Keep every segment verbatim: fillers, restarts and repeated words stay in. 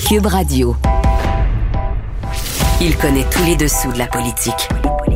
Cube Radio. Il connaît tous les dessous de la politique.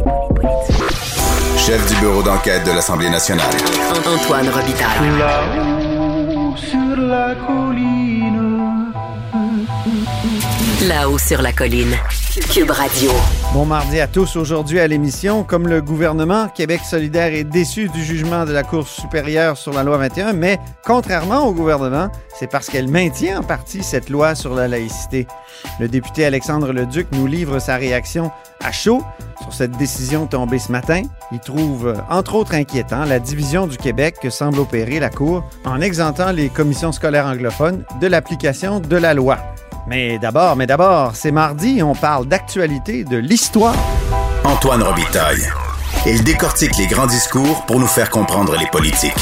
Chef du bureau d'enquête de l'Assemblée nationale. Antoine Robitaille. Là-haut sur la colline. Là-haut sur la colline. Cube Radio. Bon mardi à tous. Aujourd'hui à l'émission, comme le gouvernement, Québec solidaire est déçu du jugement de la Cour supérieure sur la loi vingt et un, mais contrairement au gouvernement, c'est parce qu'elle maintient en partie cette loi sur la laïcité. Le député Alexandre Leduc nous livre sa réaction à chaud sur cette décision tombée ce matin. Il trouve, entre autres inquiétant, la division du Québec que semble opérer la Cour en exemptant les commissions scolaires anglophones de l'application de la loi. Mais d'abord, mais d'abord, c'est mardi, on parle d'actualité, de l'histoire. Antoine Robitaille. Il décortique les grands discours pour nous faire comprendre les politiques.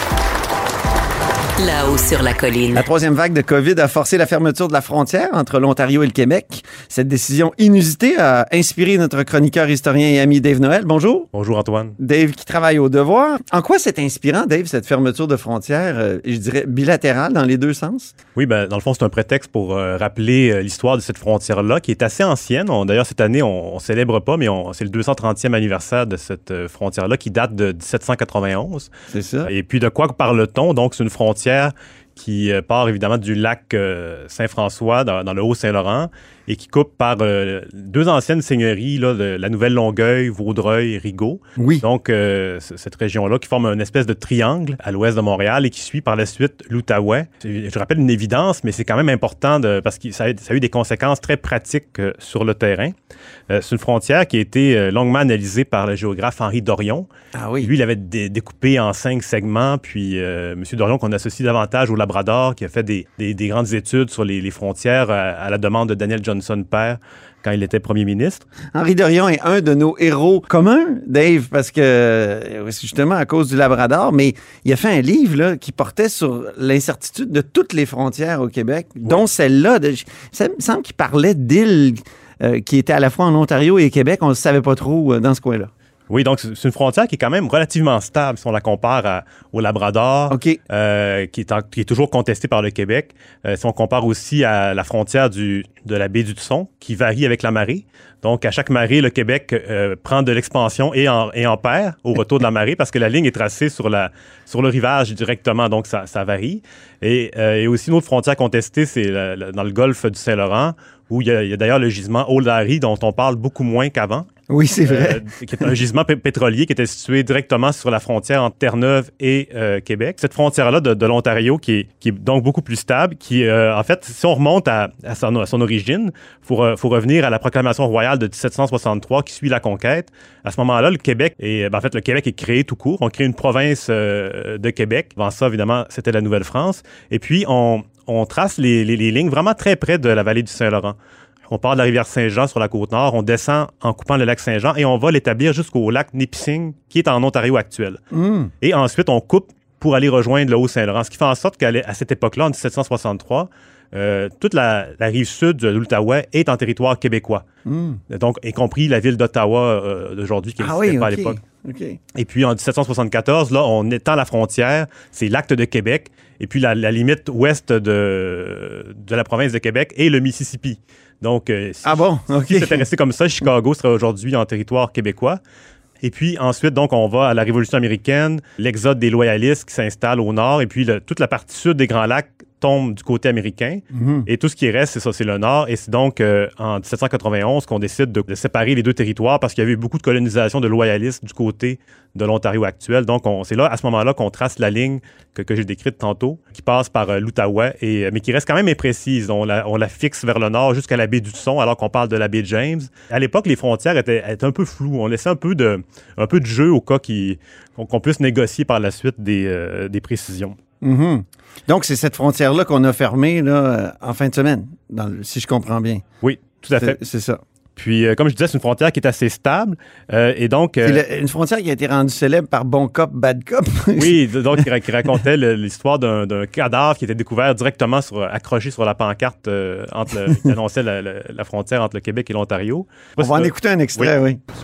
Là-haut sur la colline. La troisième vague de COVID a forcé la fermeture de la frontière entre l'Ontario et le Québec. Cette décision inusitée a inspiré notre chroniqueur, historien et ami Dave Noël. Bonjour. Bonjour Antoine. Dave qui travaille au Devoir. En quoi c'est inspirant, Dave, cette fermeture de frontières, euh, je dirais bilatérale dans les deux sens? Oui, ben, dans le fond, c'est un prétexte pour euh, rappeler euh, l'histoire de cette frontière-là, qui est assez ancienne. On, d'ailleurs, cette année, on ne célèbre pas, mais on, c'est le deux cent trentième anniversaire de cette euh, frontière-là qui date de dix-sept cent quatre-vingt-onze. C'est ça. Et puis, de quoi parle-t-on? Donc, c'est une frontière qui euh, part évidemment du lac euh, Saint-François dans, dans le Haut-Saint-Laurent et qui coupe par euh, deux anciennes seigneuries, là, de, la Nouvelle-Longueuil, Vaudreuil, Rigaud. Oui. Donc, euh, c- cette région-là qui forme une espèce de triangle à l'ouest de Montréal et qui suit par la suite l'Outaouais. C'est, je rappelle une évidence, mais c'est quand même important de, parce que ça a, ça a eu des conséquences très pratiques euh, sur le terrain. Euh, c'est une frontière qui a été euh, longuement analysée par le géographe Henri Dorion. Ah oui. Lui, il avait dé- découpé en cinq segments, puis euh, M. Dorion, qu'on associe davantage au Labrador, qui a fait des, des, des grandes études sur les, les frontières à, à la demande de Daniel Johnson père quand il était premier ministre. Henri Dorion est un de nos héros communs, Dave, parce que c'est justement à cause du Labrador, mais il a fait un livre là, qui portait sur l'incertitude de toutes les frontières au Québec, oui. dont celle-là. De, ça me semble qu'il parlait d'îles euh, qui étaient à la fois en Ontario et Québec. On ne le savait pas trop euh, dans ce coin-là. Oui, donc c'est une frontière qui est quand même relativement stable si on la compare à, au Labrador, okay. euh, qui, est en, qui est toujours contestée par le Québec. Euh, si on compare aussi à la frontière du, de la baie du Tson, qui varie avec la marée. Donc, à chaque marée, le Québec euh, prend de l'expansion et en, et en perd au retour de la marée parce que la ligne est tracée sur, la, sur le rivage directement, donc ça, ça varie. Et, euh, et aussi, une autre frontière contestée, c'est la, la, dans le golfe du Saint-Laurent, où il y a, il y a d'ailleurs le gisement Old Harry, dont on parle beaucoup moins qu'avant. Oui, c'est vrai. Euh, qui est un gisement p- pétrolier qui était situé directement sur la frontière entre Terre-Neuve et euh, Québec. Cette frontière-là de, de l'Ontario, qui est, qui est donc beaucoup plus stable, qui, euh, en fait, si on remonte à, à, son, à son origine, il faut, faut revenir à la proclamation royale de dix-sept cent soixante-trois qui suit la conquête. À ce moment-là, le Québec, est, ben, en fait, le Québec est créé tout court. On crée une province euh, de Québec. Avant ça, évidemment, c'était la Nouvelle-France. Et puis, on, on trace les, les, les lignes vraiment très près de la vallée du Saint-Laurent. On part de la rivière Saint-Jean sur la Côte-Nord, on descend en coupant le lac Saint-Jean et on va l'établir jusqu'au lac Nipissing, qui est en Ontario actuel. Mm. Et ensuite, on coupe pour aller rejoindre le Haut-Saint-Laurent, ce qui fait en sorte qu'à cette époque-là, en dix-sept cent soixante-trois, euh, toute la, la rive sud de l'Outaouais est en territoire québécois. Mm. Donc, y compris la ville d'Ottawa euh, d'aujourd'hui, qui n'existait ah oui, pas okay. à l'époque. Okay. Et puis, en dix-sept cent soixante-quatorze, là, on étend la frontière, c'est l'acte de Québec, et puis la, la limite ouest de, de la province de Québec est le Mississippi. Donc, euh, si, ah bon? Okay. si c'était resté comme ça, Chicago serait aujourd'hui en territoire québécois. Et puis ensuite, donc, on va à la Révolution américaine, l'exode des loyalistes qui s'installe au nord, et puis le, toute la partie sud des Grands Lacs tombe du côté américain. Mm-hmm. Et tout ce qui reste, c'est ça, c'est le nord. Et c'est donc euh, en dix-sept cent quatre-vingt-onze qu'on décide de, de séparer les deux territoires parce qu'il y avait eu beaucoup de colonisation de loyalistes du côté de l'Ontario actuel. Donc, on, c'est là, à ce moment-là, qu'on trace la ligne que, que j'ai décrite tantôt, qui passe par euh, l'Outaouais, et, mais qui reste quand même imprécise. On la, on la fixe vers le nord jusqu'à la baie du Tson, alors qu'on parle de la baie de James. À l'époque, les frontières étaient, étaient un peu floues. On laissait un peu de, un peu de jeu au cas qui, qu'on, qu'on puisse négocier par la suite des, euh, des précisions. Mm-hmm. Donc, c'est cette frontière-là qu'on a fermée là, en fin de semaine, dans le, si je comprends bien. Oui, tout à fait. C'est, c'est ça. Puis, euh, comme je disais, c'est une frontière qui est assez stable. Euh, et donc, euh, c'est le, une frontière qui a été rendue célèbre par Bon Cop, Bad Cop. Oui, donc qui, qui racontait le, l'histoire d'un, d'un cadavre qui était découvert directement sur, accroché sur la pancarte euh, entre le, qui annonçait la, la, la frontière entre le Québec et l'Ontario. On va en euh, écouter un extrait, oui. oui.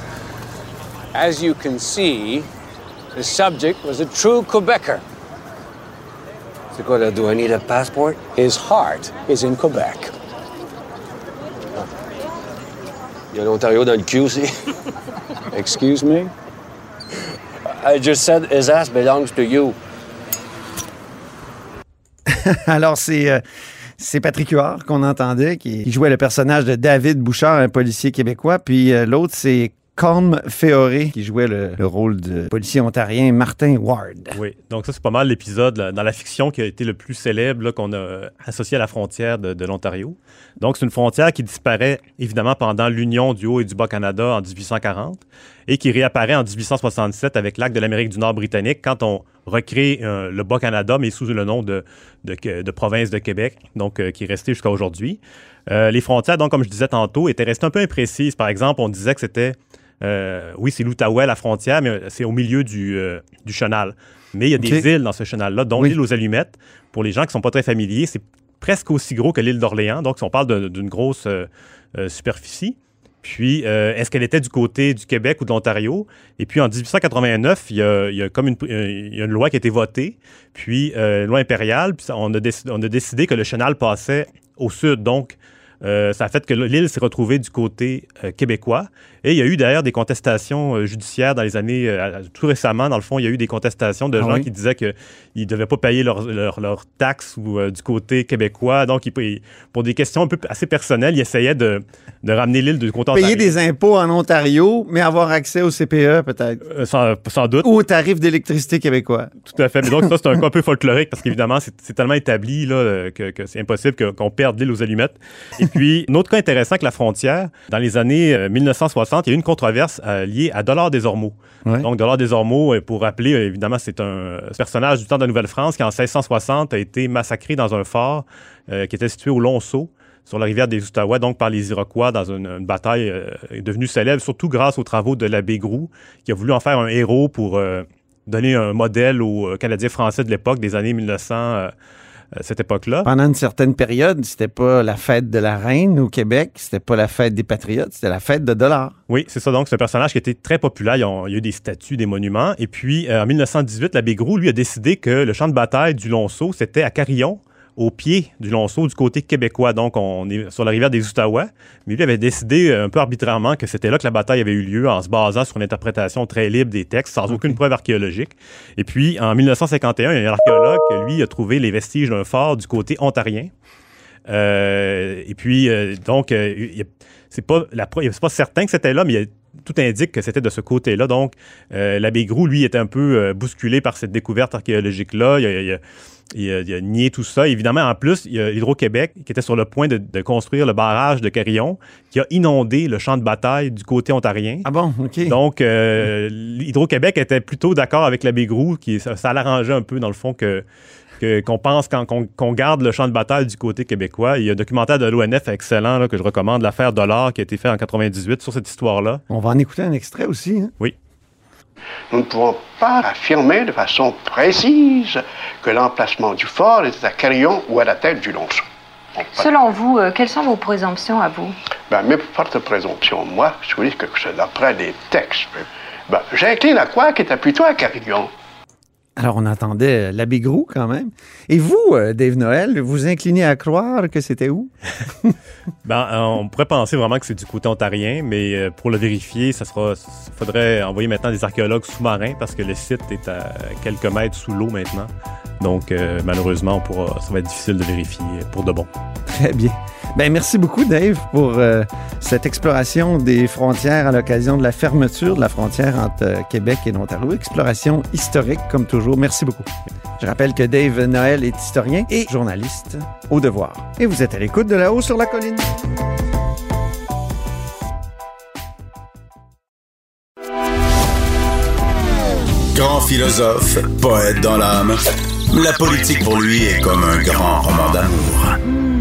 As you can see, the subject was a true Quebecer. C'est quoi là? Do I need a passport? His heart is in Quebec. Il y a l'Ontario dans le cul aussi. Excuse me? I just said his ass belongs to you. Alors, c'est, euh, c'est Patrick Huard qu'on entendait, qui, qui jouait le personnage de David Bouchard, un policier québécois. Puis euh, l'autre, c'est Colm Feore, qui jouait le, le rôle de policier ontarien Martin Ward. Oui, donc ça, c'est pas mal l'épisode là, dans la fiction qui a été le plus célèbre là, qu'on a associé à la frontière de, de l'Ontario. Donc, c'est une frontière qui disparaît, évidemment, pendant l'union du Haut et du Bas-Canada en dix-huit cent quarante et qui réapparaît en dix-huit cent soixante-sept avec l'acte de l'Amérique du Nord britannique quand on recrée euh, le Bas-Canada, mais sous le nom de, de, de province de Québec, donc euh, qui est resté jusqu'à aujourd'hui. Euh, les frontières, donc, comme je disais tantôt, étaient restées un peu imprécises. Par exemple, on disait que c'était Euh, oui, c'est l'Outaouais, la frontière, mais c'est au milieu du, euh, du chenal. Mais il y a des okay. îles dans ce chenal-là, dont oui. l'île aux Allumettes. Pour les gens qui ne sont pas très familiers, c'est presque aussi gros que l'île d'Orléans. Donc, on parle de, d'une grosse euh, euh, superficie. Puis, euh, est-ce qu'elle était du côté du Québec ou de l'Ontario? Et puis, en dix-huit cent quatre-vingt-neuf, il y a, il y a comme une, il y a une loi qui a été votée, puis euh, une loi impériale. Puis, on a, décidé, on a décidé que le chenal passait au sud. Donc, Euh, ça a fait que l'île s'est retrouvée du côté euh, québécois. Et il y a eu d'ailleurs des contestations euh, judiciaires dans les années... Euh, tout récemment, dans le fond, il y a eu des contestations de ah gens oui. qui disaient qu'ils ne devaient pas payer leurs leur, leur taxes ou, euh, du côté québécois. Donc, ils, pour des questions un peu assez personnelles, ils essayaient de, de ramener l'île du côté ontarien. Payer des impôts en Ontario, mais avoir accès au C P E, peut-être. Euh, sans, sans doute. Ou au tarif d'électricité québécois. Tout à fait. Mais donc, ça, c'est un cas un peu folklorique parce qu'évidemment, c'est, c'est tellement établi là, que, que c'est impossible que, qu'on perde l'île aux Allumettes. Et puis, un autre cas intéressant que la frontière, dans les années euh, dix-neuf cent soixante, il y a eu une controverse euh, liée à Dollard des Ormeaux. Ouais. Donc, Dollard des Ormeaux, pour rappeler, euh, évidemment, c'est un personnage du temps de la Nouvelle-France qui, en seize cent soixante, a été massacré dans un fort euh, qui était situé au Lonceau, sur la rivière des Outaouais, donc par les Iroquois, dans une, une bataille euh, devenue célèbre, surtout grâce aux travaux de l'abbé Groux, qui a voulu en faire un héros pour euh, donner un modèle aux Canadiens français de l'époque, des années mille neuf cents, euh, cette époque-là. Pendant une certaine période, c'était pas la fête de la reine au Québec, c'était pas la fête des patriotes, c'était la fête de Dollard. Oui, c'est ça. Donc, c'est un personnage qui était très populaire. Il y a, il y a eu des statues, des monuments. Et puis, euh, en dix-neuf cent dix-huit, l'abbé Groux, lui, a décidé que le champ de bataille du Lonceau, c'était à Carillon, au pied du Lonceau, du côté québécois. Donc, on est sur la rivière des Outaouais. Mais lui avait décidé un peu arbitrairement que c'était là que la bataille avait eu lieu en se basant sur une interprétation très libre des textes, sans okay. aucune preuve archéologique. Et puis, en dix-neuf cent cinquante et un, il y a un archéologue qui, lui, a trouvé les vestiges d'un fort du côté ontarien. Euh, et puis, euh, donc, euh, il y a, c'est pas, la, c'est pas certain que c'était là, mais il y a, tout indique que c'était de ce côté-là. Donc, euh, l'abbé Groux, lui, était un peu euh, bousculé par cette découverte archéologique-là. Il a, il a, il a, il a nié tout ça. Évidemment, en plus, il y a Hydro-Québec qui était sur le point de, de construire le barrage de Carillon qui a inondé le champ de bataille du côté ontarien. Ah bon? OK. Donc, euh, Hydro-Québec était plutôt d'accord avec l'abbé Groux. Qui, ça, ça l'arrangeait un peu, dans le fond, que... Que, qu'on pense quand, qu'on, qu'on garde le champ de bataille du côté québécois. Il y a un documentaire de l'O N F excellent là, que je recommande, l'affaire Dollard, qui a été fait en quatre-vingt-dix-huit sur cette histoire-là. On va en écouter un extrait aussi. Hein? Oui. Nous ne pouvons pas affirmer de façon précise que l'emplacement du fort était à Carillon ou à la tête du Lonceau. Selon vous, euh, quelles sont vos présomptions à vous? Ben, mes fortes présomptions, moi, je vous dis que c'est d'après des textes. Ben, j'incline à quoi qui était plutôt à Carillon. Alors, on entendait l'abbé Groux, quand même. Et vous, Dave Noël, vous inclinez à croire que c'était où? ben, on pourrait penser vraiment que c'est du côté ontarien, mais pour le vérifier, ça sera, il faudrait envoyer maintenant des archéologues sous-marins parce que le site est à quelques mètres sous l'eau maintenant. Donc, euh, malheureusement, on pourra, ça va être difficile de vérifier pour de bon. Très bien. Ben, merci beaucoup, Dave, pour euh, cette exploration des frontières à l'occasion de la fermeture de la frontière entre euh, Québec et l'Ontario. Exploration historique, comme toujours. Merci beaucoup. Je rappelle que Dave Noël est historien et journaliste au Devoir. Et vous êtes à l'écoute de Là-haut sur la colline. Grand philosophe, poète dans l'âme, la politique pour lui est comme un grand roman d'amour.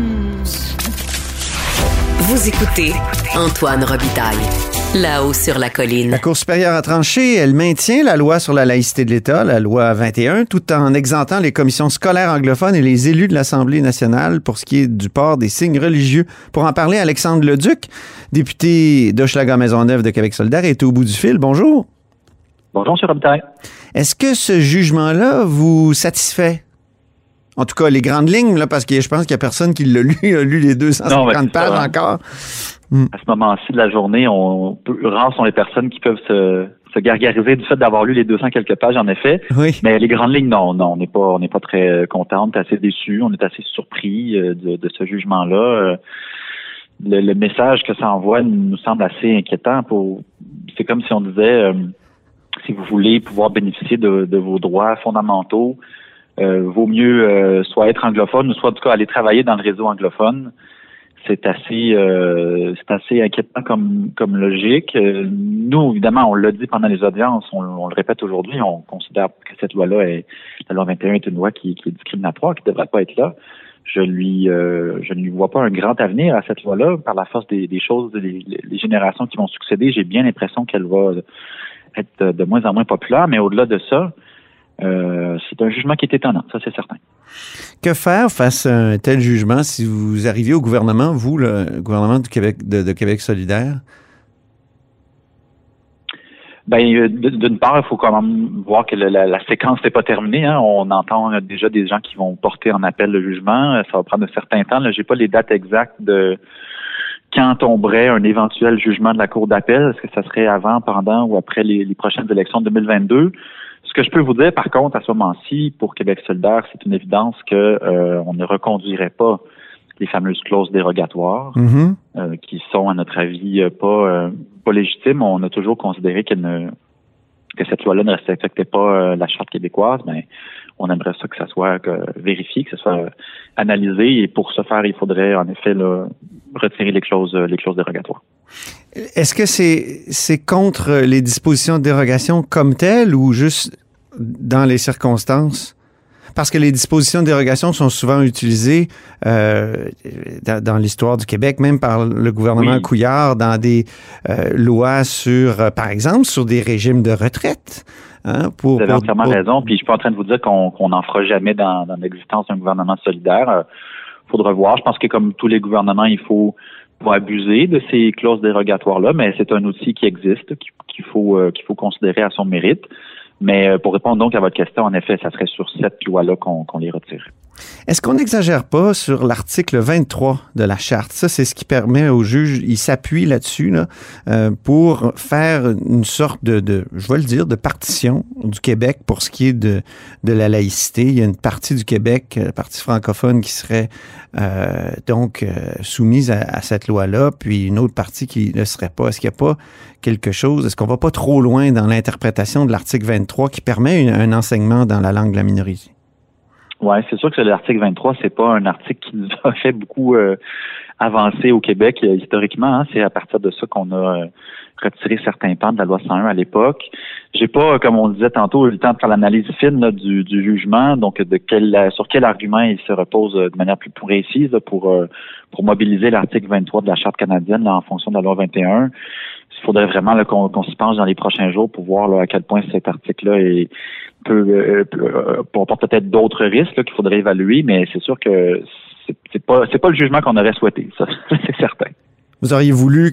Vous écoutez Antoine Robitaille, Là-haut sur la colline. La Cour supérieure a tranché. Elle maintient la loi sur la laïcité de l'État, la loi vingt et un, tout en exemptant les commissions scolaires anglophones et les élus de l'Assemblée nationale pour ce qui est du port des signes religieux. Pour en parler, Alexandre Leduc, député d'Hochelaga-Maisonneuve de Québec solidaire, est au bout du fil. Bonjour. Bonjour, M. Robitaille. Est-ce que ce jugement-là vous satisfait? En tout cas, les grandes lignes, là, parce que je pense qu'il n'y a personne qui l'a lu, a lu les deux cent cinquante non, pages ça, encore. À ce moment-ci de la journée, on peut, rares sont les personnes qui peuvent se, se gargariser du fait d'avoir lu les deux cents quelques pages, en effet. Oui. Mais les grandes lignes, non, non, on n'est pas, on n'est pas très content, on est assez déçus, on est assez surpris de, de ce jugement-là. Le, le message que ça envoie nous semble assez inquiétant. Pour, c'est comme si on disait, euh, si vous voulez pouvoir bénéficier de, de vos droits fondamentaux, euh, vaut mieux euh, soit être anglophone ou soit en tout cas aller travailler dans le réseau anglophone. C'est assez, euh, c'est assez inquiétant comme, comme logique. Euh, nous, évidemment, on l'a dit pendant les audiences, on, on le répète aujourd'hui, on considère que cette loi-là est, la loi vingt et un est une loi qui, qui est discriminatoire, qui ne devrait pas être là. Je lui, euh, je ne lui vois pas un grand avenir à cette loi-là. Par la force des, des choses, les, les générations qui vont succéder, j'ai bien l'impression qu'elle va être de moins en moins populaire. Mais au-delà de ça, euh, c'est un jugement qui est étonnant, ça c'est certain. Que faire face à un tel jugement si vous arriviez au gouvernement, vous, le gouvernement du Québec, de, de Québec solidaire? Ben, d'une part, il faut quand même voir que la, la, la séquence n'est pas terminée. Hein. On entend déjà des gens qui vont porter en appel le jugement. Ça va prendre un certain temps. Là, j'ai pas les dates exactes de quand tomberait un éventuel jugement de la Cour d'appel. Est-ce que ça serait avant, pendant ou après les, les prochaines élections de deux mille vingt-deux? Ce que je peux vous dire, par contre, à ce moment-ci, pour Québec solidaire, c'est une évidence que euh, on ne reconduirait pas les fameuses clauses dérogatoires, mm-hmm. euh, qui sont, à notre avis, pas euh, pas légitimes. On a toujours considéré qu'elle ne, que cette loi-là ne respectait pas euh, la Charte québécoise, mais on aimerait ça que ça soit que, vérifié, que ça soit analysé, et pour ce faire, il faudrait en effet là, retirer les clauses les clauses dérogatoires. Est-ce que c'est c'est contre les dispositions de dérogation comme telles ou juste dans les circonstances? Parce que les dispositions de dérogation sont souvent utilisées euh, dans, dans l'histoire du Québec, même par le gouvernement oui. Couillard, dans des euh, lois sur, euh, par exemple, sur des régimes de retraite. Hein, pour, vous avez pour, entièrement pour... raison, puis je suis pas en train de vous dire qu'on qu'on n'en fera jamais dans, dans l'existence d'un gouvernement solidaire. Euh, faudra voir. Je pense que comme tous les gouvernements, il faut pas abuser de ces clauses dérogatoires-là, mais c'est un outil qui existe, qu'il faut, euh, qu'il faut considérer à son mérite. Mais euh, pour répondre donc à votre question, en effet, ça serait sur cette loi-là qu'on, qu'on les retire. Est-ce qu'on n'exagère pas sur l'article vingt-trois de la Charte? Ça, c'est ce qui permet aux juges, ils s'appuient là-dessus là, euh, pour faire une sorte de, de, je vais le dire, de partition du Québec pour ce qui est de, de la laïcité. Il y a une partie du Québec, la partie francophone, qui serait euh, donc euh, soumise à, à cette loi-là, puis une autre partie qui ne serait pas. Est-ce qu'il n'y a pas quelque chose, est-ce qu'on va pas trop loin dans l'interprétation de l'article vingt-trois qui permet une, un enseignement dans la langue de la minorité? Oui, c'est sûr que l'article vingt-trois, c'est pas un article qui nous a fait beaucoup euh, avancer au Québec euh, historiquement. Hein, c'est à partir de ça qu'on a euh, retiré certains pans de la loi cent un à l'époque. J'ai pas, comme on le disait tantôt, eu le temps de faire l'analyse fine là, du, du jugement, donc de quel sur quel argument il se repose de manière plus précise là, pour euh, pour mobiliser l'article vingt-trois de la Charte canadienne là, en fonction de la loi vingt et un. Il faudrait vraiment là, qu'on, qu'on s'y penche dans les prochains jours pour voir là, à quel point cet article-là est, peut, euh, peut, euh, porte peut-être d'autres risques là, qu'il faudrait évaluer, mais c'est sûr que c'est, c'est pas c'est pas le jugement qu'on aurait souhaité, ça, c'est certain. Vous auriez voulu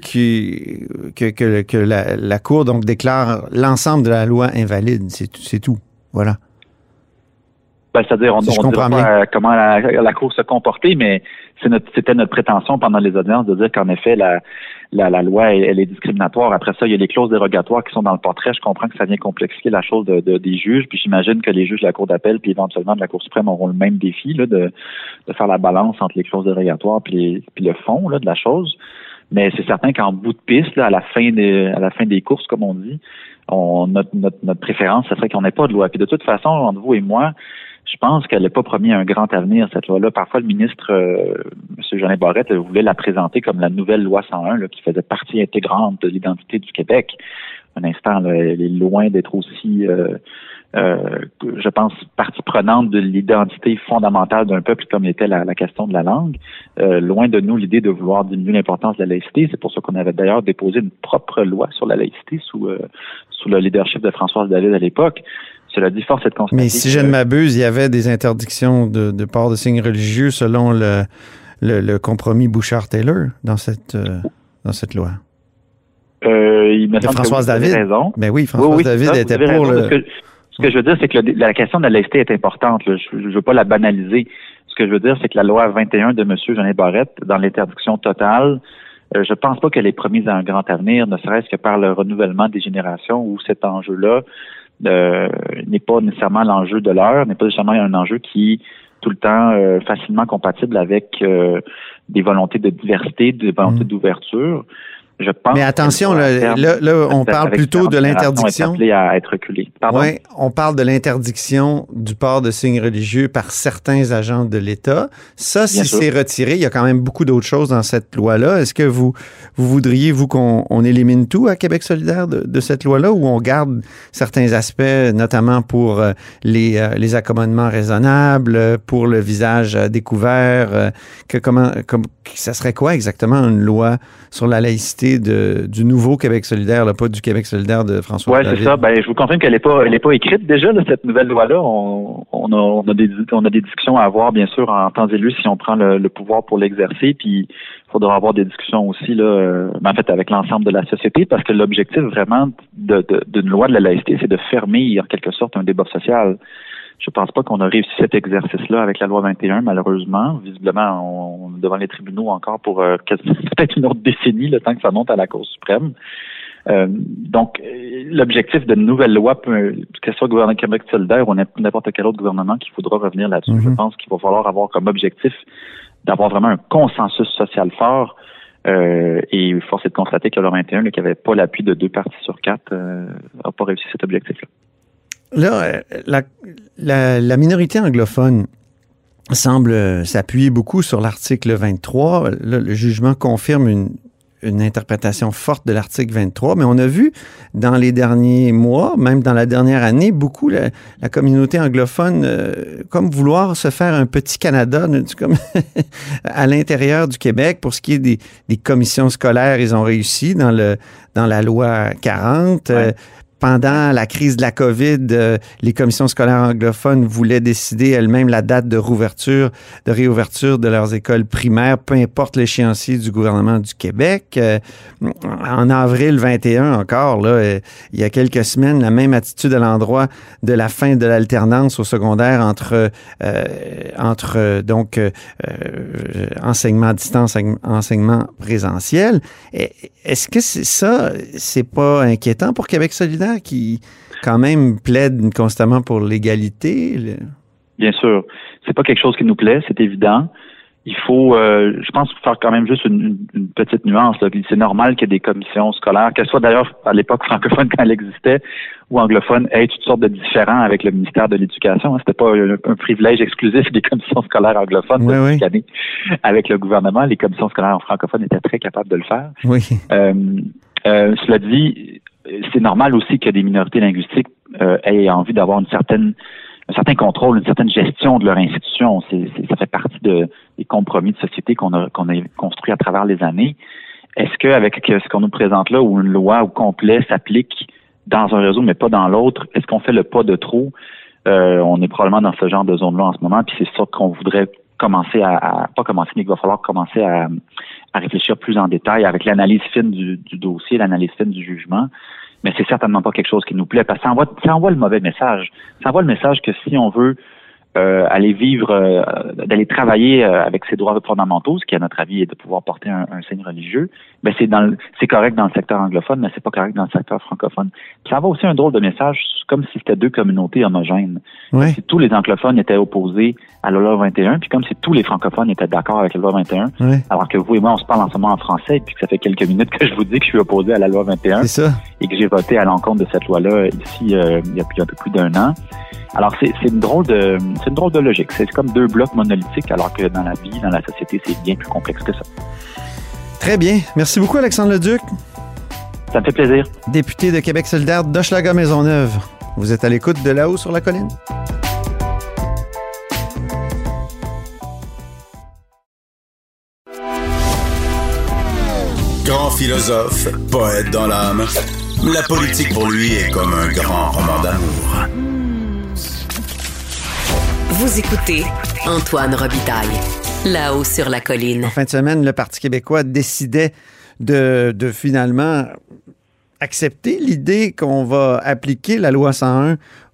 que, que, que, que la, la Cour donc déclare l'ensemble de la loi invalide, c'est, c'est tout, voilà. Ben, c'est-à-dire, on si ne dirait pas comment la, la Cour se comportait, mais c'est notre, c'était notre prétention pendant les audiences de dire qu'en effet, la, la, la loi, elle, elle est discriminatoire. Après ça, il y a les clauses dérogatoires qui sont dans le portrait. Je comprends que ça vient complexifier la chose de, de, des juges, puis j'imagine que les juges de la Cour d'appel, puis éventuellement de la Cour suprême auront le même défi là, de, de faire la balance entre les clauses dérogatoires puis, les, puis le fond là, de la chose. Mais c'est certain qu'en bout de piste, là, à la fin des, à la fin des courses, comme on dit, on, notre, notre, notre préférence, ce serait qu'on n'ait pas de loi. Puis de toute façon, entre vous et moi, je pense qu'elle n'a pas promis un grand avenir, cette loi-là. Parfois, le ministre, euh, M. Jeanin Barrette, voulait la présenter comme la nouvelle loi cent un, là, qui faisait partie intégrante de l'identité du Québec. Un instant, là, elle est loin d'être aussi, euh, euh, je pense, partie prenante de l'identité fondamentale d'un peuple comme était la, la question de la langue. Euh, loin de nous l'idée de vouloir diminuer l'importance de la laïcité. C'est pour ça qu'on avait d'ailleurs déposé une propre loi sur la laïcité sous, euh, sous le leadership de Françoise David à l'époque. Cela dit, force est de constater. Mais si je ne m'abuse, il y avait des interdictions de, de port de signes religieux selon le, le, le compromis Bouchard-Taylor dans cette, euh, dans cette loi. Euh, il me de semble Françoise que vous David. avez raison. Ben oui, Françoise oui, oui, David ça, était pour le... Que, ce Ce que je veux dire, c'est que le, la question de la laïcité est importante. Là. Je ne veux pas la banaliser. Ce que je veux dire, c'est que la loi vingt et un de M. Jeannet Barrette, dans l'interdiction totale, euh, je pense pas qu'elle est promise à un grand avenir, ne serait-ce que par le renouvellement des générations où cet enjeu-là euh, n'est pas nécessairement l'enjeu de l'heure, n'est pas nécessairement un enjeu qui est tout le temps euh, facilement compatible avec euh, des volontés de diversité, des volontés mmh. d'ouverture. Je pense Mais attention, là, terme, là, là, on parle plutôt de l'interdiction. Est à être reculé. Oui, on parle de l'interdiction du port de signes religieux par certains agents de l'État. Ça, si c'est retiré, il y a quand même beaucoup d'autres choses dans cette loi-là. Est-ce que vous, vous voudriez, vous, qu'on on élimine tout à Québec solidaire de, de cette loi-là, ou on garde certains aspects, notamment pour euh, les, euh, les accommodements raisonnables, pour le visage euh, découvert? Euh, que comment, comme, ça serait quoi exactement une loi sur la laïcité De, du nouveau Québec solidaire, là, pas du Québec solidaire de François Oui, c'est ça. Ben, je vous confirme qu'elle n'est pas, elle est pas écrite déjà, là, cette nouvelle loi-là. On, on, a, on, a des, on a des discussions à avoir, bien sûr, en temps et lieu, si on prend le, le pouvoir pour l'exercer. Puis, il faudra avoir des discussions aussi, là, euh, en fait, avec l'ensemble de la société, parce que l'objectif vraiment de, de, d'une loi de la laïcité, c'est de fermer, en quelque sorte, un débat social. Je pense pas qu'on a réussi cet exercice-là avec la loi vingt et un, malheureusement. Visiblement, on est devant les tribunaux encore pour euh, peut-être une autre décennie, le temps que ça monte à la Cour suprême. Euh, donc, l'objectif d'une nouvelle loi, que ce soit le gouvernement Québec solidaire ou n'importe quel autre gouvernement, qu'il faudra revenir là-dessus, mm-hmm. je pense qu'il va falloir avoir comme objectif d'avoir vraiment un consensus social fort. Euh, et force est de constater que la loi vingt et un, là, qui n'avait pas l'appui de deux partis sur quatre, n'a euh, pas réussi cet objectif-là. Là, la, la, la minorité anglophone semble s'appuyer beaucoup sur l'article vingt-trois. Là, le jugement confirme une, une interprétation forte de l'article vingt-trois, mais on a vu dans les derniers mois, même dans la dernière année, beaucoup la, la communauté anglophone euh, comme vouloir se faire un petit Canada comme à l'intérieur du Québec. Pour ce qui est des, des commissions scolaires, ils ont réussi dans, le, dans la loi quarante. Ouais. Euh, Pendant la crise de la COVID, euh, les commissions scolaires anglophones voulaient décider elles-mêmes la date de réouverture, de réouverture de leurs écoles primaires, peu importe l'échéancier du gouvernement du Québec. Euh, en avril vingt et un encore, là, euh, il y a quelques semaines, la même attitude à l'endroit de la fin de l'alternance au secondaire entre euh, entre euh, donc euh, enseignement à distance, enseignement présentiel. Est-ce que c'est ça, c'est pas inquiétant pour Québec solidaire, qui, quand même, plaide constamment pour l'égalité? Le... Bien sûr. C'est pas quelque chose qui nous plaît, c'est évident. Il faut, euh, je pense, faire quand même juste une, une petite nuance. Là. C'est normal qu'il y ait des commissions scolaires, qu'elles soient d'ailleurs à l'époque francophone quand elle existait, ou anglophone, aient toutes sortes de différends avec le ministère de l'Éducation. C'était pas un, un privilège exclusif des commissions scolaires anglophones oui, de oui. Avec le gouvernement. Les commissions scolaires francophones étaient très capables de le faire. Oui. Euh, euh, cela dit, c'est normal aussi que des minorités linguistiques euh, aient envie d'avoir une certaine, un certain contrôle, une certaine gestion de leur institution. C'est, c'est, ça fait partie de, des compromis de société qu'on a, qu'on a construits à travers les années. Est-ce qu'avec ce qu'on nous présente là, où une loi au complet s'applique dans un réseau mais pas dans l'autre, est-ce qu'on fait le pas de trop? Euh, on est probablement dans ce genre de zone-là en ce moment, puis c'est ça qu'on voudrait commencer à, à pas commencer, mais qu'il va falloir commencer à, à réfléchir plus en détail avec l'analyse fine du, du dossier, l'analyse fine du jugement. Mais c'est certainement pas quelque chose qui nous plaît, parce que ça envoie, ça envoie le mauvais message. Ça envoie le message que si on veut euh, aller vivre, euh, d'aller travailler euh, avec ses droits fondamentaux, ce qui à notre avis est de pouvoir porter un, un signe religieux, ben c'est dans le, c'est correct dans le secteur anglophone, mais c'est pas correct dans le secteur francophone. Puis ça envoie aussi un drôle de message, comme si c'était deux communautés homogènes. Oui. Si tous les anglophones étaient opposés à la loi vingt et un, puis comme si tous les francophones étaient d'accord avec la loi vingt et un, oui. alors que vous et moi, on se parle en ce moment en français, et puis que ça fait quelques minutes que je vous dis que je suis opposé à la loi vingt et un. C'est ça. Et que j'ai voté à l'encontre de cette loi-là ici euh, il y a un peu plus d'un an. Alors c'est, c'est une drôle de c'est une drôle de logique. C'est comme deux blocs monolithiques, alors que dans la vie, dans la société, c'est bien plus complexe que ça. Très bien. Merci beaucoup, Alexandre Leduc. Ça me fait plaisir. Député de Québec solidaire d'Hochelaga-Maisonneuve. Vous êtes à l'écoute de Là-haut sur la colline. Grand philosophe, poète dans l'âme, la politique pour lui est comme un grand roman d'amour. Vous écoutez Antoine Robitaille, Là-haut sur la colline. En fin de semaine, le Parti québécois décidait de, de finalement accepter l'idée qu'on va appliquer la loi cent un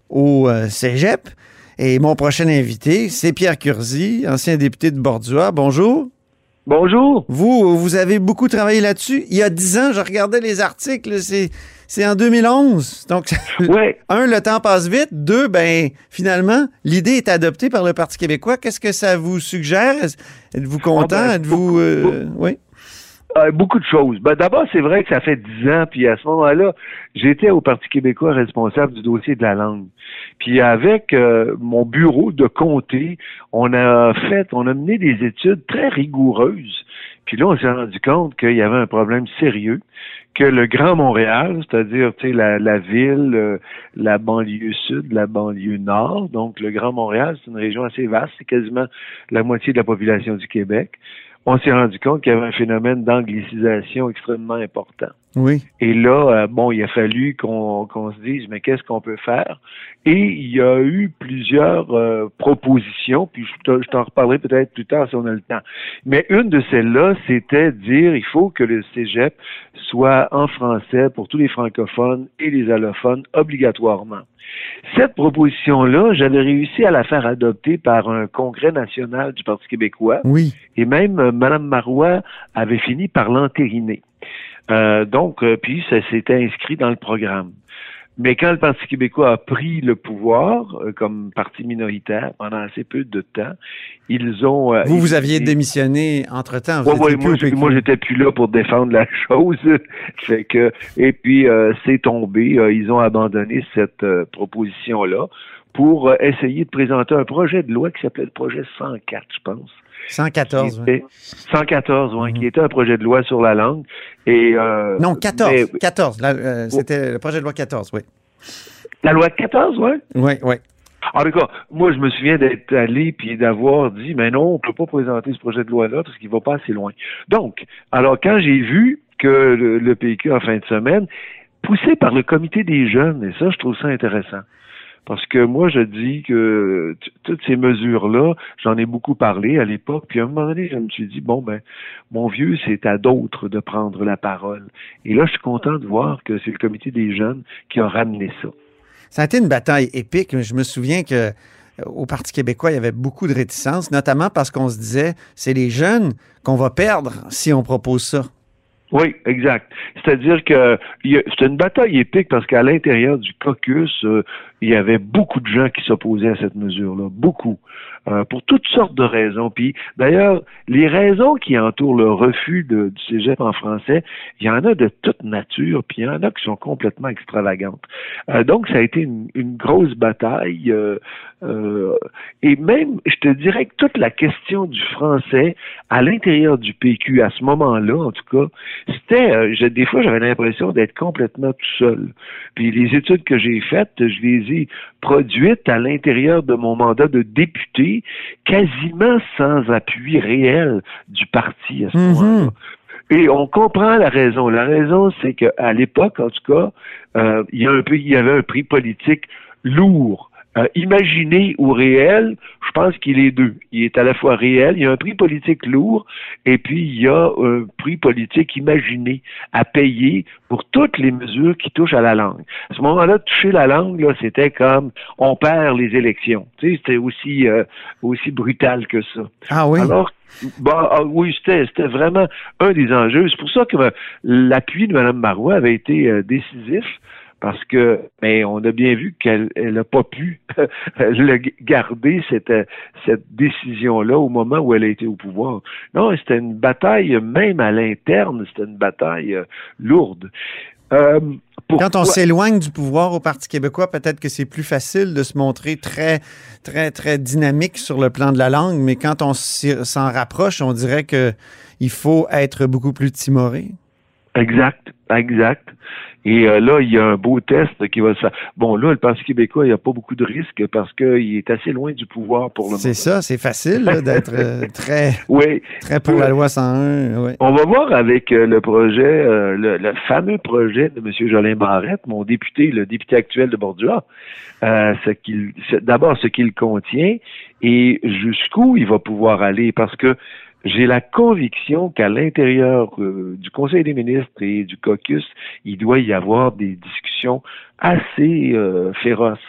au euh, cégep. Et mon prochain invité, c'est Pierre Curzi, ancien député de Bordua. Bonjour. Bonjour. Vous, vous avez beaucoup travaillé là-dessus. Il y a dix ans, je regardais les articles, c'est, c'est en deux mille onze. Donc, ouais. un, le temps passe vite. Deux, ben, finalement, l'idée est adoptée par le Parti québécois. Qu'est-ce que ça vous suggère? Êtes-vous content? Ah ben, Êtes-vous... Euh, beaucoup, oui? Euh, beaucoup de choses. Ben, d'abord, c'est vrai que ça fait dix ans, puis à ce moment-là, j'étais au Parti québécois responsable du dossier de la langue. Puis avec euh, mon bureau de comté, on a fait, on a mené des études très rigoureuses. Puis là, on s'est rendu compte qu'il y avait un problème sérieux, que le Grand Montréal, c'est-à-dire, tu sais, la, la ville, euh, la banlieue sud, la banlieue nord, donc le Grand Montréal, c'est une région assez vaste, c'est quasiment la moitié de la population du Québec. On s'est rendu compte qu'il y avait un phénomène d'anglicisation extrêmement important. Oui. Et là, euh, bon, il a fallu qu'on qu'on se dise, mais qu'est-ce qu'on peut faire? Et il y a eu plusieurs euh, propositions, puis je, je t'en reparlerai peut-être plus tard si on a le temps. Mais une de celles-là, c'était de dire, il faut que le cégep soit en français pour tous les francophones et les allophones obligatoirement. Cette proposition-là, j'avais réussi à la faire adopter par un congrès national du Parti québécois. Oui. Et même euh, Mme Marois avait fini par l'entériner. Euh, donc, euh, puis ça s'était inscrit dans le programme. Mais quand le Parti québécois a pris le pouvoir euh, comme parti minoritaire pendant assez peu de temps, ils ont... Euh, vous, vous ils, aviez ils, démissionné entre-temps. Vous ouais, ouais, moi, je, moi, j'étais plus là pour défendre la chose. Fait que, et puis, euh, c'est tombé. Euh, ils ont abandonné cette euh, proposition-là pour euh, essayer de présenter un projet de loi qui s'appelait le projet cent quatre, je pense. cent quatorze, oui. cent quatorze, oui, mm-hmm. Qui était un projet de loi sur la langue. Et, euh, non, quatorze. Mais, quatorze. Là, euh, c'était le projet de loi quatorze, oui. La loi quatorze, oui? Oui, oui. En tout cas, moi, je me souviens d'être allé puis d'avoir dit, mais non, on peut pas présenter ce projet de loi-là parce qu'il va pas assez loin. Donc, alors, quand j'ai vu que le, le P Q, en fin de semaine, poussé par le comité des jeunes, et ça, je trouve ça intéressant. Parce que moi, je dis que t- toutes ces mesures-là, j'en ai beaucoup parlé à l'époque, puis à un moment donné, je me suis dit, bon, ben, mon vieux, c'est à d'autres de prendre la parole. Et là, je suis content de voir que c'est le comité des jeunes qui a ramené ça. Ça a été une bataille épique. Je me souviens que au Parti québécois, il y avait beaucoup de réticences, notamment parce qu'on se disait, c'est les jeunes qu'on va perdre si on propose ça. Oui, exact. C'est-à-dire que c'était une bataille épique parce qu'à l'intérieur du caucus, euh, il y avait beaucoup de gens qui s'opposaient à cette mesure-là, beaucoup, euh, pour toutes sortes de raisons. Puis d'ailleurs, les raisons qui entourent le refus de, du cégep en français, il y en a de toute nature, puis il y en a qui sont complètement extravagantes. Euh, donc, ça a été une, une grosse bataille. Euh, euh, et même, je te dirais que toute la question du français à l'intérieur du P Q, à ce moment-là, en tout cas, c'était, euh, je, des fois, j'avais l'impression d'être complètement tout seul. Puis les études que j'ai faites, je les ai produites à l'intérieur de mon mandat de député, quasiment sans appui réel du parti à ce mm-hmm. moment-là. Et on comprend la raison. La raison, c'est qu'à l'époque, en tout cas, euh, il y a un prix, il y avait un prix politique lourd. Euh, imaginé ou réel, je pense qu'il est deux. Il est à la fois réel, il y a un prix politique lourd, et puis il y a un prix politique imaginé à payer pour toutes les mesures qui touchent à la langue. À ce moment-là, toucher la langue, là, c'était comme on perd les élections. Tu sais, c'était aussi euh, aussi brutal que ça. Ah oui. Alors, bah, ah, oui, c'était c'était vraiment un des enjeux. C'est pour ça que euh, l'appui de Mme Marois avait été euh, décisif. Parce que, mais on a bien vu qu'elle n'a pas pu le garder, cette, cette décision-là, au moment où elle a été au pouvoir. Non, c'était une bataille, même à l'interne, c'était une bataille euh, lourde. Euh, Quand on s'éloigne du pouvoir au Parti québécois, peut-être que c'est plus facile de se montrer très, très, très dynamique sur le plan de la langue, mais quand on s'en rapproche, on dirait que il faut être beaucoup plus timoré. Exact, exact. Et euh, là, il y a un beau test qui va se faire. Bon, là, le Parti québécois, il n'y a pas beaucoup de risques parce qu'il est assez loin du pouvoir pour le moment. C'est ça, c'est facile là, d'être euh, très, oui. très pour la loi cent un. Oui. On va voir avec euh, le projet, euh, le, le fameux projet de M. Jolin Barrette, mon député, le député actuel de Bordua, euh, ce qu'il, ce, d'abord ce qu'il contient et jusqu'où il va pouvoir aller parce que j'ai la conviction qu'à l'intérieur euh, du Conseil des ministres et du caucus, il doit y avoir des discussions assez euh, féroces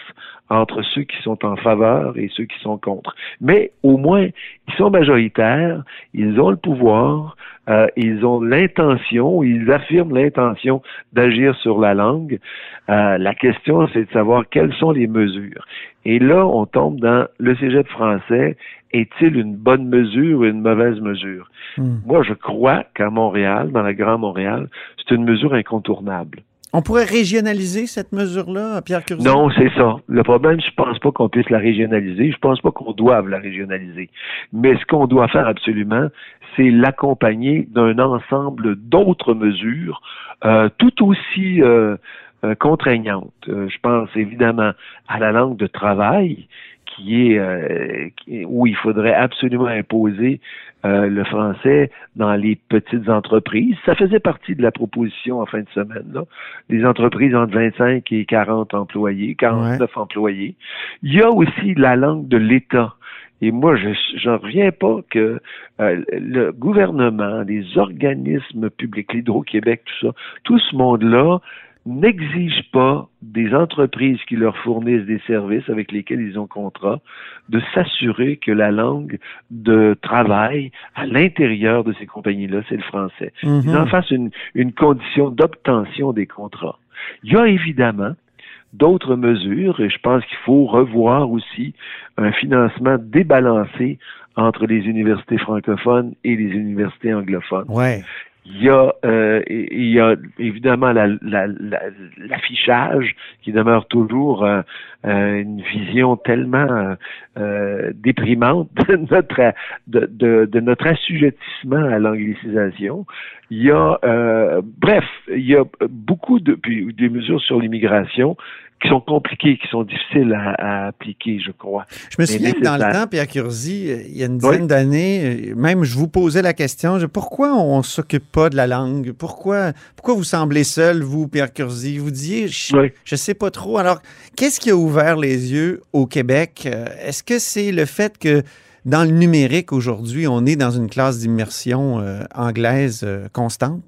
entre ceux qui sont en faveur et ceux qui sont contre. Mais au moins, ils sont majoritaires, ils ont le pouvoir, euh, ils ont l'intention, ils affirment l'intention d'agir sur la langue. Euh, la question, c'est de savoir quelles sont les mesures. Et là, on tombe dans le cégep français. Est-il une bonne mesure ou une mauvaise mesure? Mmh. Moi, je crois qu'à Montréal, dans la Grande Montréal, c'est une mesure incontournable. On pourrait régionaliser cette mesure-là, Pierre Curzi? Non, c'est ça. Le problème, je pense pas qu'on puisse la régionaliser. Je pense pas qu'on doive la régionaliser. Mais ce qu'on doit faire absolument, c'est l'accompagner d'un ensemble d'autres mesures, euh, tout aussi euh, euh, contraignantes. Euh, je pense évidemment à la langue de travail, qui est euh, qui, où il faudrait absolument imposer euh, le français dans les petites entreprises. Ça faisait partie de la proposition en fin de semaine, là. Les entreprises entre vingt-cinq et quarante employés, quarante-neuf ouais. employés. Il y a aussi la langue de l'État. Et moi, je j'en reviens pas que euh, le gouvernement, les organismes publics, l'Hydro-Québec, tout ça, tout ce monde-là n'exige pas des entreprises qui leur fournissent des services avec lesquels ils ont contrat de s'assurer que la langue de travail à l'intérieur de ces compagnies-là, c'est le français. Mm-hmm. Ils en fassent une, une condition d'obtention des contrats. Il y a évidemment d'autres mesures, et je pense qu'il faut revoir aussi un financement débalancé entre les universités francophones et les universités anglophones. Ouais. Il y a, euh, il y a évidemment la, la, la, l'affichage qui demeure toujours euh, euh, une vision tellement euh, déprimante de notre de, de, de notre assujettissement à l'anglicisation. Il y a, euh, bref, il y a beaucoup de puis des mesures sur l'immigration qui sont compliquées, qui sont difficiles à, à appliquer, je crois. Je me souviens que dans le temps, Pierre Curzi, il y a une dizaine oui. d'années, même je vous posais la question, pourquoi on ne s'occupe pas de la langue? Pourquoi, pourquoi vous semblez seul, vous, Pierre Curzi? Vous disiez, je ne oui. sais pas trop. Alors, qu'est-ce qui a ouvert les yeux au Québec? Est-ce que c'est le fait que dans le numérique, aujourd'hui, on est dans une classe d'immersion euh, anglaise euh, constante?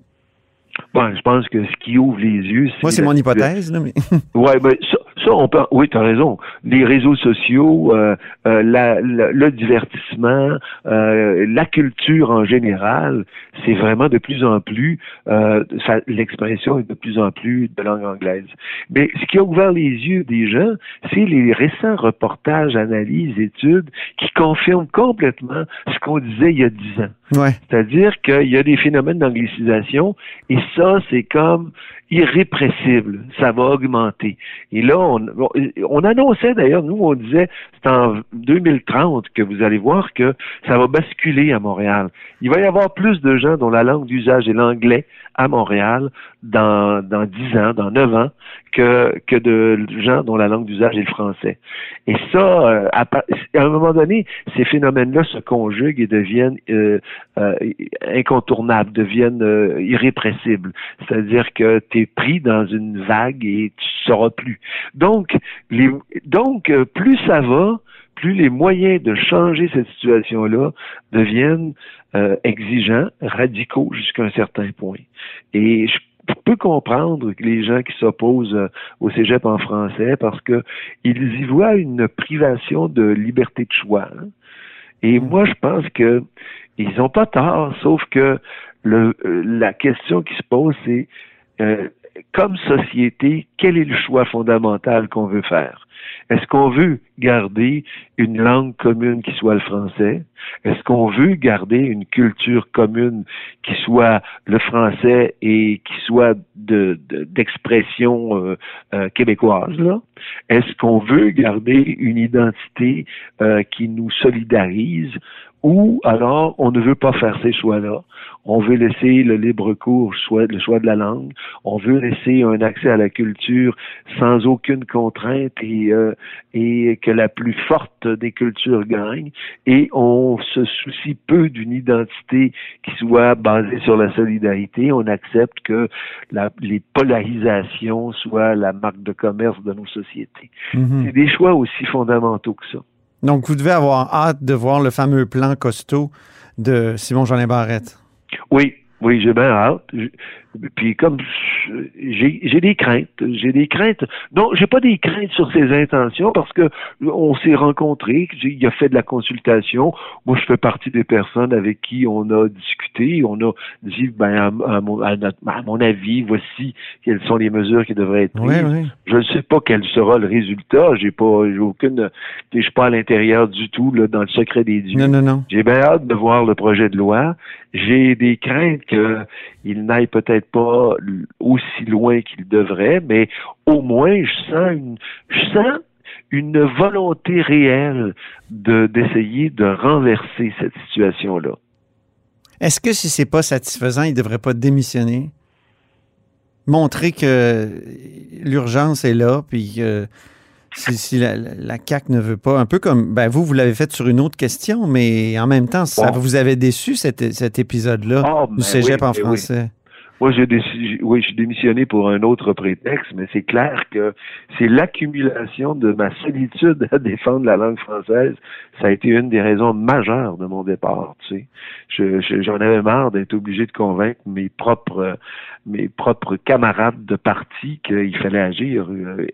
Bon, je pense que ce qui ouvre les yeux, c'est... Moi, c'est mon hypothèse, là, mais... Oui, ben, ça, ça, on peut... Oui, tu as raison. Les réseaux sociaux, euh, euh, la, la, le divertissement, euh, la culture en général, c'est vraiment de plus en plus... Euh, ça, l'expression est de plus en plus de langue anglaise. Mais ce qui a ouvert les yeux des gens, c'est les récents reportages, analyses, études qui confirment complètement ce qu'on disait il y a dix ans. Ouais. C'est-à-dire qu'il y a des phénomènes d'anglicisation et ça, c'est comme irrépressible. Ça va augmenter. Et là, on, on annonçait d'ailleurs, nous, on disait, c'est en deux mille trente que vous allez voir que ça va basculer à Montréal. Il va y avoir plus de gens dont la langue d'usage est l'anglais à Montréal dans, dans dix ans, dans neuf ans, que, que de gens dont la langue d'usage est le français. Et ça, euh, à, à un moment donné, ces phénomènes-là se conjuguent et deviennent euh, euh, incontournables, deviennent euh, irrépressibles. C'est-à-dire que tu es pris dans une vague et tu ne sauras plus. Donc, les, donc plus ça va, plus les moyens de changer cette situation-là deviennent euh, exigeants, radicaux jusqu'à un certain point. Et je peux comprendre les gens qui s'opposent au cégep en français parce que ils y voient une privation de liberté de choix. Hein? Et moi, je pense que ils n'ont pas tort, sauf que le, la question qui se pose, c'est euh, comme société, quel est le choix fondamental qu'on veut faire? Est-ce qu'on veut garder une langue commune qui soit le français? Est-ce qu'on veut garder une culture commune qui soit le français et qui soit de, de, d'expression euh, euh, québécoise, là? Est-ce qu'on veut garder une identité euh, qui nous solidarise? Ou alors, on ne veut pas faire ces choix-là. On veut laisser le libre cours, soit le choix de la langue. On veut laisser un accès à la culture sans aucune contrainte et, euh, et que la plus forte des cultures gagne. Et on se soucie peu d'une identité qui soit basée sur la solidarité. On accepte que la, les polarisations soient la marque de commerce de nos sociétés. Mm-hmm. C'est des choix aussi fondamentaux que ça. Donc, vous devez avoir hâte de voir le fameux plan costaud de Simon-Jolin Barrette. Oui, oui, j'ai bien hâte. Puis comme j'ai, j'ai des craintes, j'ai des craintes. Non, j'ai pas des craintes sur ses intentions parce que on s'est rencontrés, il a fait de la consultation. Moi, je fais partie des personnes avec qui on a discuté, on a dit, ben, à, à, mon, à, notre, à mon avis, voici quelles sont les mesures qui devraient être prises. Oui, oui. Je ne sais pas quel sera le résultat. J'ai pas, j'ai aucune, je suis pas à l'intérieur du tout, là, dans le secret des dieux. Non, non, non. J'ai bien hâte de voir le projet de loi. J'ai des craintes qu'il n'aille peut-être pas aussi loin qu'il devrait, mais au moins, je sens une, je sens une volonté réelle de, d'essayer de renverser cette situation-là. Est-ce que si c'est pas satisfaisant, il devrait pas démissionner? Montrer que l'urgence est là, puis que si, si la, la C A Q ne veut pas, un peu comme, ben vous, vous l'avez fait sur une autre question, mais en même temps, ça bon. vous avait déçu cet, cet épisode-là oh, ben du cégep oui, en français. Oui. Moi, j'ai décidé, oui, j'ai démissionné pour un autre prétexte, mais c'est clair que c'est l'accumulation de ma solitude à défendre la langue française. Ça a été une des raisons majeures de mon départ, tu sais. Je, je, j'en avais marre d'être obligé de convaincre mes propres, mes propres camarades de parti qu'il fallait agir.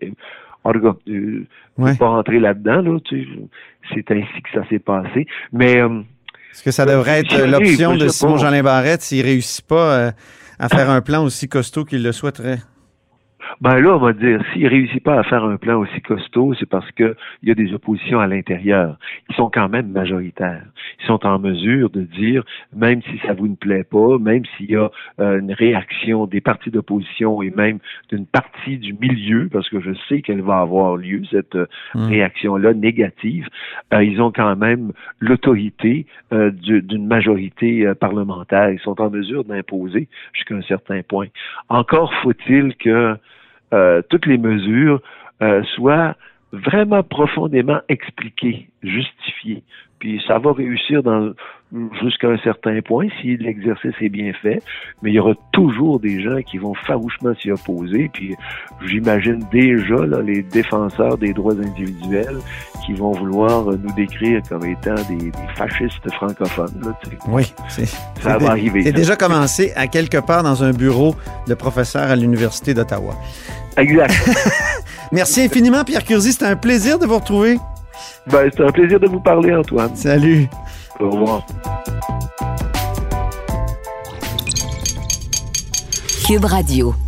En tout cas, euh, ouais. pas rentrer là-dedans, là, tu sais. C'est ainsi que ça s'est passé. Mais, euh, est-ce que ça devrait être euh, l'option de Simon-Jean Barrette s'il réussit pas, euh, à faire un plan aussi costaud qu'il le souhaiterait? Ben là, on va dire, s'il réussit pas à faire un plan aussi costaud, c'est parce que il y a des oppositions à l'intérieur. Ils sont quand même majoritaires. Ils sont en mesure de dire, même si ça vous ne plaît pas, même s'il y a euh, une réaction des partis d'opposition et même d'une partie du milieu, parce que je sais qu'elle va avoir lieu, cette euh, mmh. réaction-là négative, euh, ils ont quand même l'autorité euh, du, d'une majorité euh, parlementaire. Ils sont en mesure d'imposer jusqu'à un certain point. Encore faut-il que Euh, toutes les mesures euh, soient vraiment profondément expliquées, justifiées. Puis ça va réussir dans jusqu'à un certain point si l'exercice est bien fait, mais il y aura toujours des gens qui vont farouchement s'y opposer. Puis j'imagine déjà là, les défenseurs des droits individuels qui vont vouloir nous décrire comme étant des, des fascistes francophones. Là, tu sais. Oui, c'est, ça c'est va dé, arriver. C'est ça. déjà commencé à quelque part dans un bureau de professeur à l'Université d'Ottawa. Exact. Merci infiniment, Pierre Curzi. C'était un plaisir de vous retrouver. Ben, c'est un plaisir de vous parler, Antoine. Salut. Au revoir. Cube Radio.